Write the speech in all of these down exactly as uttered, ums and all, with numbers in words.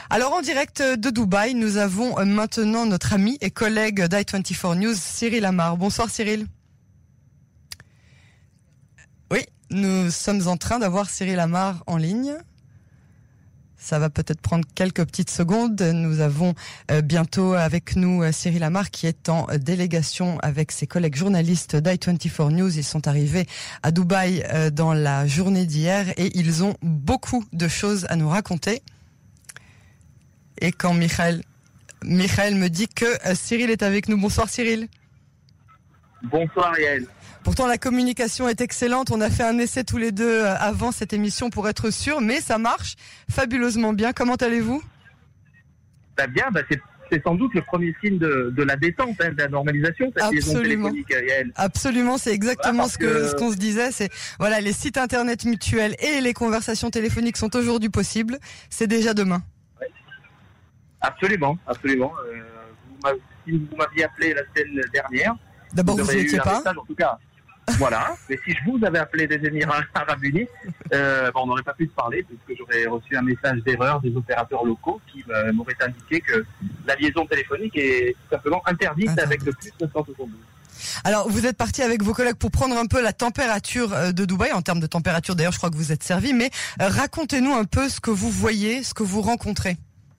Alors en direct de Dubaï, nous avons maintenant notre ami et collègue d'I vingt-quatre News, Cyril Amar. Bonsoir Cyril. Oui, nous sommes en train d'avoir Cyril Amar en ligne. Ça va peut-être prendre quelques petites secondes. Nous avons euh, bientôt avec nous euh, Cyril Amar qui est en euh, délégation avec ses collègues journalistes d'I vingt-quatre News. Ils sont arrivés à Dubaï euh, dans la journée d'hier et ils ont beaucoup de choses à nous raconter. Et quand Michael, Michael me dit que euh, Cyril est avec nous. Bonsoir Cyril. Bonsoir Yael. Pourtant, la communication est excellente. On a fait un essai tous les deux avant cette émission pour être sûr, mais ça marche fabuleusement bien. Comment allez-vous ? Bah bien, bah c'est, c'est sans doute le premier signe de, de la détente, hein, de la normalisation, cette liaison téléphonique, Yael. Absolument, c'est exactement voilà, ce, que, que... ce qu'on se disait. C'est voilà, les sites internet mutuels et les conversations téléphoniques sont aujourd'hui possibles. C'est déjà demain. Ouais. Absolument, absolument. Euh, vous m'avez, si vous m'aviez appelé la semaine dernière, d'abord vous n'y étiez pas. Message, en tout cas. Voilà, mais si je vous avais appelé des Émirats Arabes Unis, euh, bon, on n'aurait pas pu se parler puisque j'aurais reçu un message d'erreur des opérateurs locaux qui euh, m'auraient indiqué que la liaison téléphonique est tout simplement interdite Attends. avec le plus neuf cent soixante-douze. Alors, vous êtes parti avec vos collègues pour prendre un peu la température de Dubaï, en termes de température d'ailleurs, je crois que vous êtes servis, mais euh, racontez-nous un peu ce que vous voyez, ce que vous rencontrez.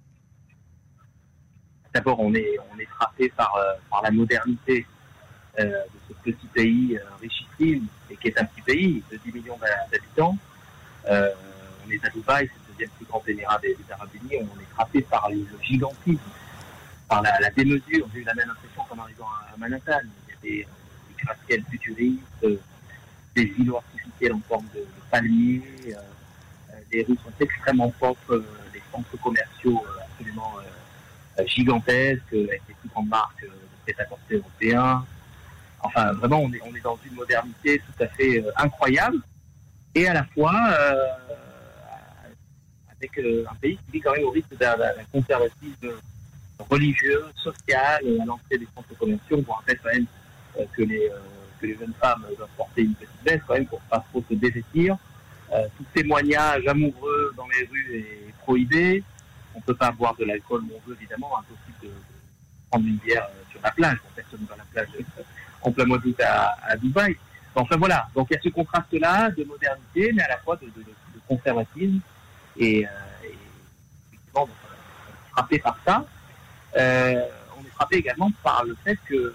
D'abord, on est, on est frappé par, euh, par la modernité Euh, de ce petit pays euh, richissime et qui est un petit pays de dix millions d'habitants. Euh, on est à Dubaï, c'est le deuxième plus grand émirat des, des Arabes Unis. On est frappé par le gigantisme, par la, la démesure. J'ai eu la même impression qu'en arrivant à Manhattan. Il y a des, des gratte-ciels futuristes, euh, des îlots artificiels en forme de, de palmiers. Euh, euh, les rues sont extrêmement propres, euh, des centres commerciaux euh, absolument euh, gigantesques, avec les plus grandes marques euh, de prêt-à-porter européens. Enfin, vraiment, on est, on est dans une modernité tout à fait euh, incroyable, et à la fois euh, avec euh, un pays qui vit quand même au risque d'un, d'un conservatisme religieux, social, à l'entrée des centres commerciaux. On vous rappelle quand même euh, que, les, euh, que les jeunes femmes doivent porter une petite veste quand même pour pas trop se dévêtir. Euh, tout témoignage amoureux dans les rues est prohibé. On ne peut pas boire de l'alcool où on veut, évidemment. Impossible de, de prendre une bière euh, sur la plage. Personne ne va à la plage euh, en plein mois d'août à, à Dubaï. Enfin voilà, donc il y a ce contraste-là de modernité, mais à la fois de, de, de conservatisme, et, euh, et effectivement, donc, on est frappé par ça. Euh, on est frappé également par le fait que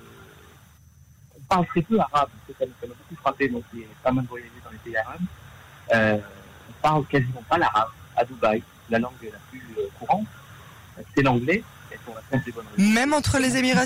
on parle très peu arabe, ça m'a beaucoup frappé, moi qui ai pas mal voyagé dans les pays arabes. Euh, on parle quasiment pas l'arabe à Dubaï. La langue la plus euh, courante, c'est l'anglais. Des bonnes Même entre les Émiratis ?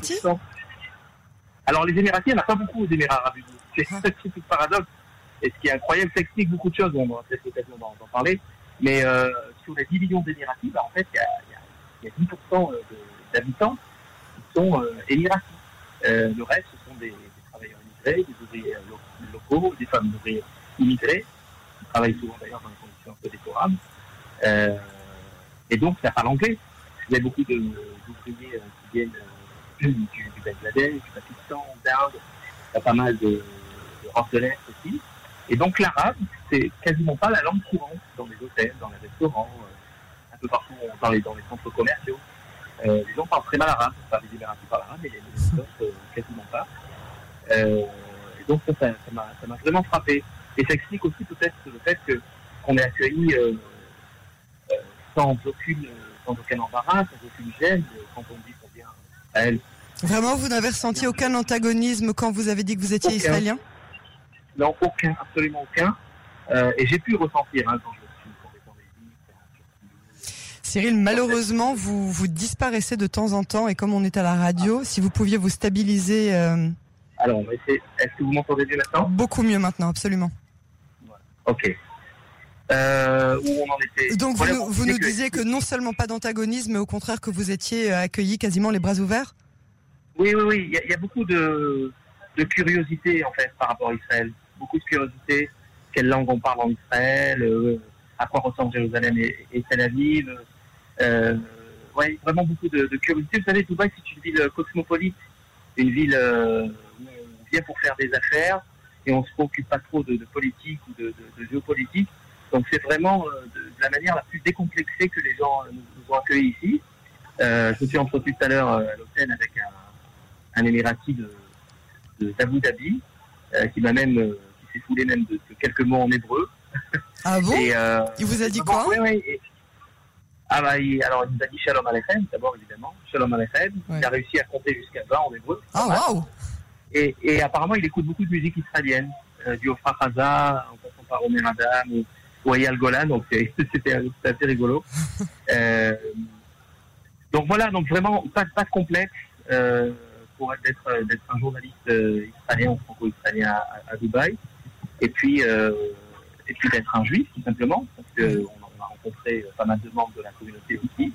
Alors, les Émiratis, il n'y en a pas beaucoup aux Émirats Arabes Unis. C'est, ah. c'est tout le paradoxe. Et ce qui est incroyable, ça explique beaucoup de choses. On aura peut-être l'occasion d'en, d'en parler. Mais euh, sur les dix millions d'Émiratis, bah, en fait, il y a, y, a, y a dix pour cent de, d'habitants qui sont euh, Émiratis. Euh, le reste, ce sont des, des travailleurs immigrés, des ouvriers locaux, des femmes d'ouvriers immigrés, qui travaillent souvent d'ailleurs dans des conditions un peu déplorables. Euh, et donc, ça parle anglais. Il y a beaucoup de, d'ouvriers euh, qui viennent euh, du, du Bangladesh, du Pakistan, d'Inde. Il y a pas mal de, de Europe de l'Est aussi. Et donc, l'arabe, c'est quasiment pas la langue courante dans les hôtels, dans les restaurants, euh, un peu partout dans les, dans les centres commerciaux. Euh, les gens parlent très mal arabe. Enfin, les Émiratis parlent arabe, mais les autres, euh, quasiment pas. Euh, et donc, ça, ça, ça, m'a, ça m'a vraiment frappé. Et ça explique aussi peut-être le fait que, qu'on est accueilli euh, euh, sans aucune, sans aucun embarras, sans aucune gêne, quand on dit qu'on vient à elle. Vraiment, vous n'avez ressenti aucun antagonisme quand vous avez dit que vous étiez aucun. israélien ? Non, aucun, absolument aucun. Euh, et j'ai pu ressentir hein, quand je suis complètement Belgique. Cyril, malheureusement, vous, vous disparaissez de temps en temps, et comme on est à la radio, ah. si vous pouviez vous stabiliser... Euh... Alors, on va essayer. Est-ce que vous m'entendez mieux maintenant ? Beaucoup mieux maintenant, absolument. Voilà. Ok. Euh, où on en était. Donc vous, nous, vous nous que... disiez que non seulement pas d'antagonisme, mais au contraire que vous étiez accueillis quasiment les bras ouverts ? Oui, oui, oui. Il y a, il y a beaucoup de, de curiosité en fait par rapport à Israël. Beaucoup de curiosité. Quelle langue on parle en Israël ? euh, À quoi ressemble Jérusalem et, et Tel Aviv ? euh, Ouais, vraiment beaucoup de, de curiosité. Vous savez, Dubaï, c'est une ville cosmopolite. C'est une ville euh, où on vient pour faire des affaires et on se préoccupe pas trop de, de politique ou de, de, de géopolitique. Donc c'est vraiment euh, de, de la manière la plus décomplexée que les gens euh, nous, nous ont accueillis ici. Euh, je me suis entretenu tout à l'heure euh, à l'hôtel avec un, un Émirati de, de d'Abu Dhabi euh, qui m'a même euh, qui s'est foulé même de, de quelques mots en hébreu. Ah bon? Et, euh, il vous a dit quoi? Oui, oui. Et, ah bah, il, alors il nous a dit Shalom Aleichem d'abord évidemment, Shalom Aleichem. Ouais. Il a réussi à compter jusqu'à vingt en hébreu. Ah waouh! Et, et apparemment il écoute beaucoup de musique israélienne, euh, du Ofra Haza, en passant par Omer Adam ou, ou Eyal Golan, donc c'est, c'était, c'était assez rigolo. euh, donc voilà, donc vraiment pas, pas de complexe euh, pour être, d'être, d'être un journaliste euh, israélien ou franco-israélien à, à Dubaï. Et puis, euh, et puis d'être un juif, tout simplement, parce qu'on on a rencontré pas mal de membres de la communauté aussi.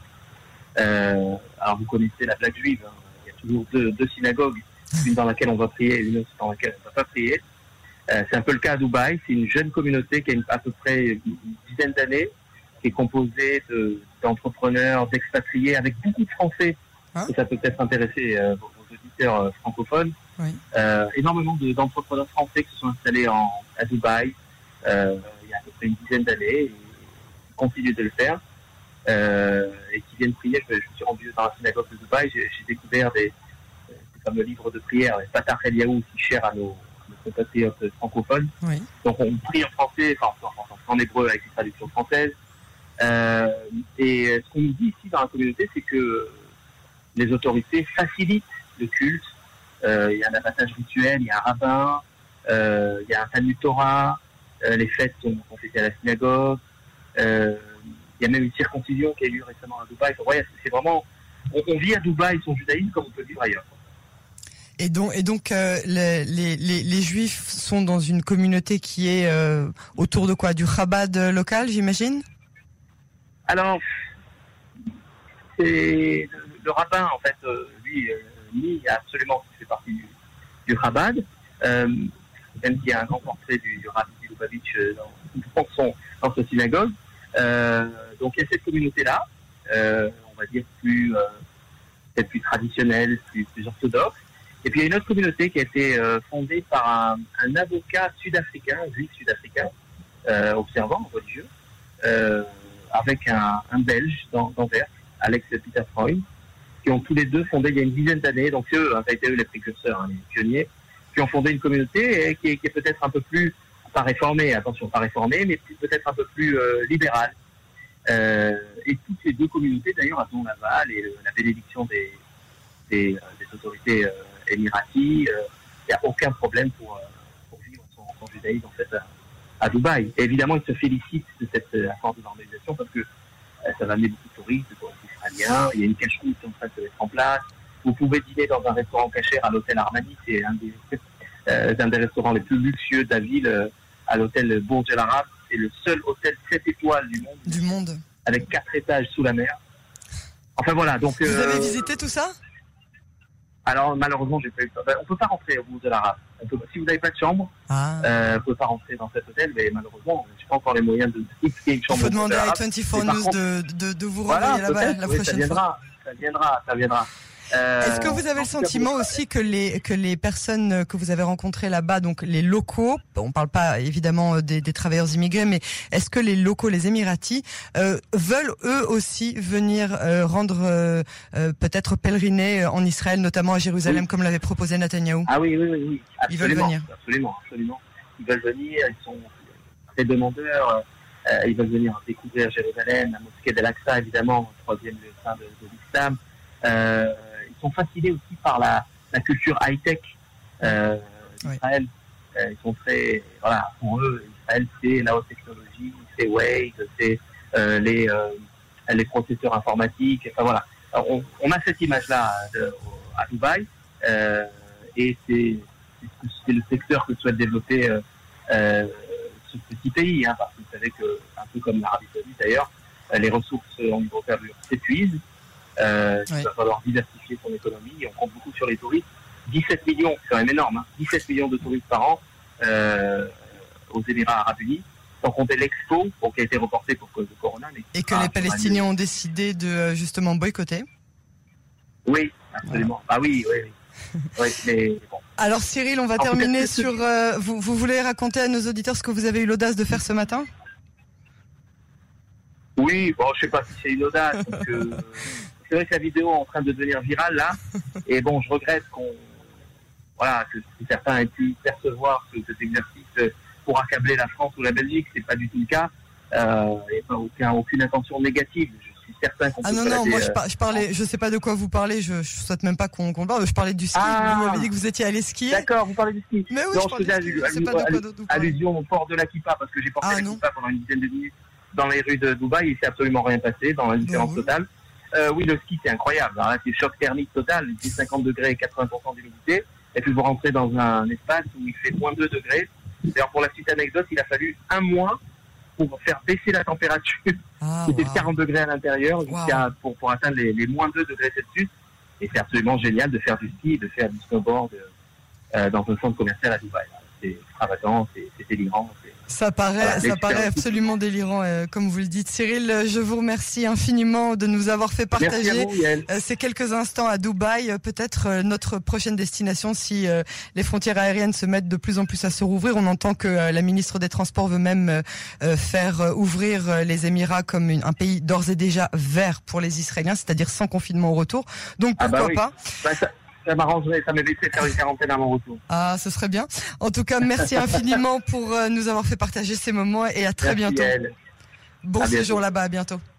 Euh, alors vous connaissez la blague juive, hein. Il y a toujours deux, deux synagogues, une dans laquelle on va prier et une autre dans laquelle on ne va pas prier. Euh, c'est un peu le cas à Dubaï, c'est une jeune communauté qui a une, à peu près une dizaine d'années, qui est composée de, d'entrepreneurs, d'expatriés, avec beaucoup de Français, hein? Et ça peut peut-être intéresser euh, vos, vos auditeurs euh, francophones. Oui. Euh, énormément de, d'entrepreneurs français qui se sont installés en, à Dubaï euh, il y a à peu près une dizaine d'années et qui continuent de le faire euh, et qui viennent prier. Je, je me suis rendu dans la synagogue de Dubaï, j'ai, j'ai découvert des, des fameux livres de prière, les Fatah Eliaou, si chers à nos, nos compatriotes francophones. Oui. Donc on prie en français, enfin en, en, en hébreu avec une traduction française. Euh, et ce qu'on nous dit ici dans la communauté, c'est que les autorités facilitent le culte. Euh, il y a un abattage rituel, il y a un rabbin, euh, il y a un Talmud Torah, euh, les fêtes sont, sont fêtées à la synagogue, euh, il y a même une circoncision qui a eu lieu récemment à Dubaï. Donc, ouais, c'est vraiment, on, on vit à Dubaï son judaïsme comme on peut vivre ailleurs. Et donc, et donc euh, les, les, les Juifs sont dans une communauté qui est euh, autour de quoi? Du Chabad local, j'imagine? Alors, c'est le, le rabbin, en fait, euh, lui, euh, nie absolument qu'il fait partie du, du Chabad, euh, même qu'il y a un grand portrait du, du Rabbi Lubavitch dans, dans, son, dans sa synagogue. Euh, donc il y a cette communauté-là, euh, on va dire plus, euh, peut-être plus traditionnelle, plus, plus orthodoxe. Et puis il y a une autre communauté qui a été euh, fondée par un, un avocat sud-africain, un juif sud-africain, euh, observant, religieux, euh, avec un, un Belge d'Anvers, Alex Peter Freund, qui ont tous les deux fondé il y a une dizaine d'années, donc c'est eux, hein, ça a été eux les précurseurs, hein, les pionniers, qui ont fondé une communauté et qui est, qui est peut-être un peu plus, pas réformée, attention, pas réformée, mais peut-être un peu plus euh, libérale. Euh, et toutes ces deux communautés, d'ailleurs, elles ont l'aval et euh, la bénédiction des, des, euh, des autorités euh, émiraties. Il euh, n'y a aucun problème pour, euh, pour vivre son, son judaïsme, en fait, à, à Dubaï. Et évidemment, ils se félicitent de cette euh, accord de normalisation parce que euh, ça va amener beaucoup de touristes, de touristes israéliens. Il y a une cache-route qui est en train de se mettre en place. Vous pouvez dîner dans un restaurant cachère à l'hôtel Armani, c'est un des, euh, un des restaurants les plus luxueux de la ville, euh, à l'hôtel Bourj El Arab. C'est le seul hôtel sept étoiles du monde. Du monde. Avec quatre étages sous la mer. Enfin voilà, donc... Vous euh, avez visité tout ça? Alors malheureusement, j'ai pas eu le temps. Ben, on peut pas rentrer au Bourj El Arab. On peut, si vous n'avez pas de chambre, ah. euh, vous pouvez pas rentrer dans cet hôtel, mais malheureusement, j'ai pas encore les moyens de fixer une chambre. Il faut demander à vingt-quatre News de, de, de vous renvoyer voilà, là-bas la oui, prochaine ça viendra, fois. Ça viendra, ça viendra. Euh, Est-ce que vous avez le sentiment aussi que les que les personnes que vous avez rencontrées là-bas, donc les locaux, on parle pas évidemment des, des travailleurs immigrés, mais est-ce que les locaux, les Émiratis, euh, veulent eux aussi venir euh, rendre euh, euh, peut-être pèleriner en Israël, notamment à Jérusalem, oui. comme l'avait proposé Netanyahou? Ah oui, oui, oui, oui. Absolument, ils veulent venir. Absolument, absolument. Ils veulent venir. Ils sont très demandeurs. Euh, ils veulent venir découvrir Jérusalem, la mosquée d'Al-Aqsa, évidemment, le troisième lieu saint de, de l'islam. Euh, ils sont fascinés aussi par la, la culture high-tech euh, d'Israël. Oui. Euh, ils sont très, voilà, pour eux, Israël, c'est la haute technologie, c'est Wade, c'est euh, les, euh, les processeurs informatiques. Enfin voilà, alors, on, on a cette image-là de, à Dubaï, euh, et c'est, c'est, c'est le secteur que souhaite développer euh, euh, ce petit pays, hein, parce que vous savez que, un peu comme l'Arabie Saoudite d'ailleurs, les ressources en hydrocarbures s'épuisent. Euh, oui. Il va falloir diversifier son économie et on compte beaucoup sur les touristes. dix-sept millions, c'est quand même énorme, hein, dix-sept millions de touristes par an euh, aux Émirats Arabes Unis, sans compter l'expo bon, qui a été reporté pour cause de Corona. Mais et que ah, les Palestiniens ont décidé de justement boycotter. Oui, absolument. Voilà. Ah oui, oui, oui. oui mais, bon. Alors Cyril, on va en terminer sur... Euh, vous, vous voulez raconter à nos auditeurs ce que vous avez eu l'audace de faire ce matin? Oui, bon, je sais pas si c'est une audace, parce que c'est vrai que la vidéo est en train de devenir virale là, et bon, je regrette qu'on, voilà, que certains aient pu percevoir ce, cet exercice pour accabler la France ou la Belgique, c'est pas du tout le cas. Euh, il n'y a pas aucun, aucune intention négative. Je suis certain qu'on ah peut non non, moi je, euh... par, je parlais, je sais pas de quoi vous parlez, je, je souhaite même pas qu'on qu'on parle. Je parlais du ski. Ah, vous m'avez dit que vous étiez allé skier. D'accord, vous parlez du ski. Mais oui, non, je, je faisais allu allu allu allusion au port de la Kippa parce que j'ai porté ah, la non. Kippa pendant une dizaine de minutes dans les rues de Dubaï. Il s'est absolument rien passé dans l'indifférence oui. totale. Euh, oui, le ski c'est incroyable. Alors là, c'est choc thermique total. Il fait cinquante degrés et quatre-vingts pour cent d'humidité. Et puis vous rentrez dans un espace où il fait moins deux degrés. D'ailleurs, pour la petite anecdote, il a fallu un mois pour faire baisser la température. Ah, C'était wow. quarante degrés à l'intérieur jusqu'à, wow. pour, pour atteindre les, les moins deux degrés Celsius. Et c'est absolument génial de faire du ski, de faire du snowboard euh, dans un centre commercial à Dubaï. C'est extravagant, c'est, c'est délirant. C'est... Ça paraît, voilà, ça paraît absolument délirant, euh, comme vous le dites. Cyril, je vous remercie infiniment de nous avoir fait partager vous, euh, ces quelques instants à Dubaï. Euh, peut-être euh, notre prochaine destination, si euh, les frontières aériennes se mettent de plus en plus à se rouvrir. On entend que euh, la ministre des Transports veut même euh, faire euh, ouvrir euh, les Émirats comme une, un pays d'ores et déjà vert pour les Israéliens, c'est-à-dire sans confinement au retour. Donc pourquoi ah bah oui. pas bah ça... Ça m'arrangerait, ça m'éviterait de faire une quarantaine à mon retour. Ah, ce serait bien. En tout cas, merci infiniment pour euh, nous avoir fait partager ces moments et à très merci bientôt. Elle. Bon à séjour bientôt. là-bas, à bientôt.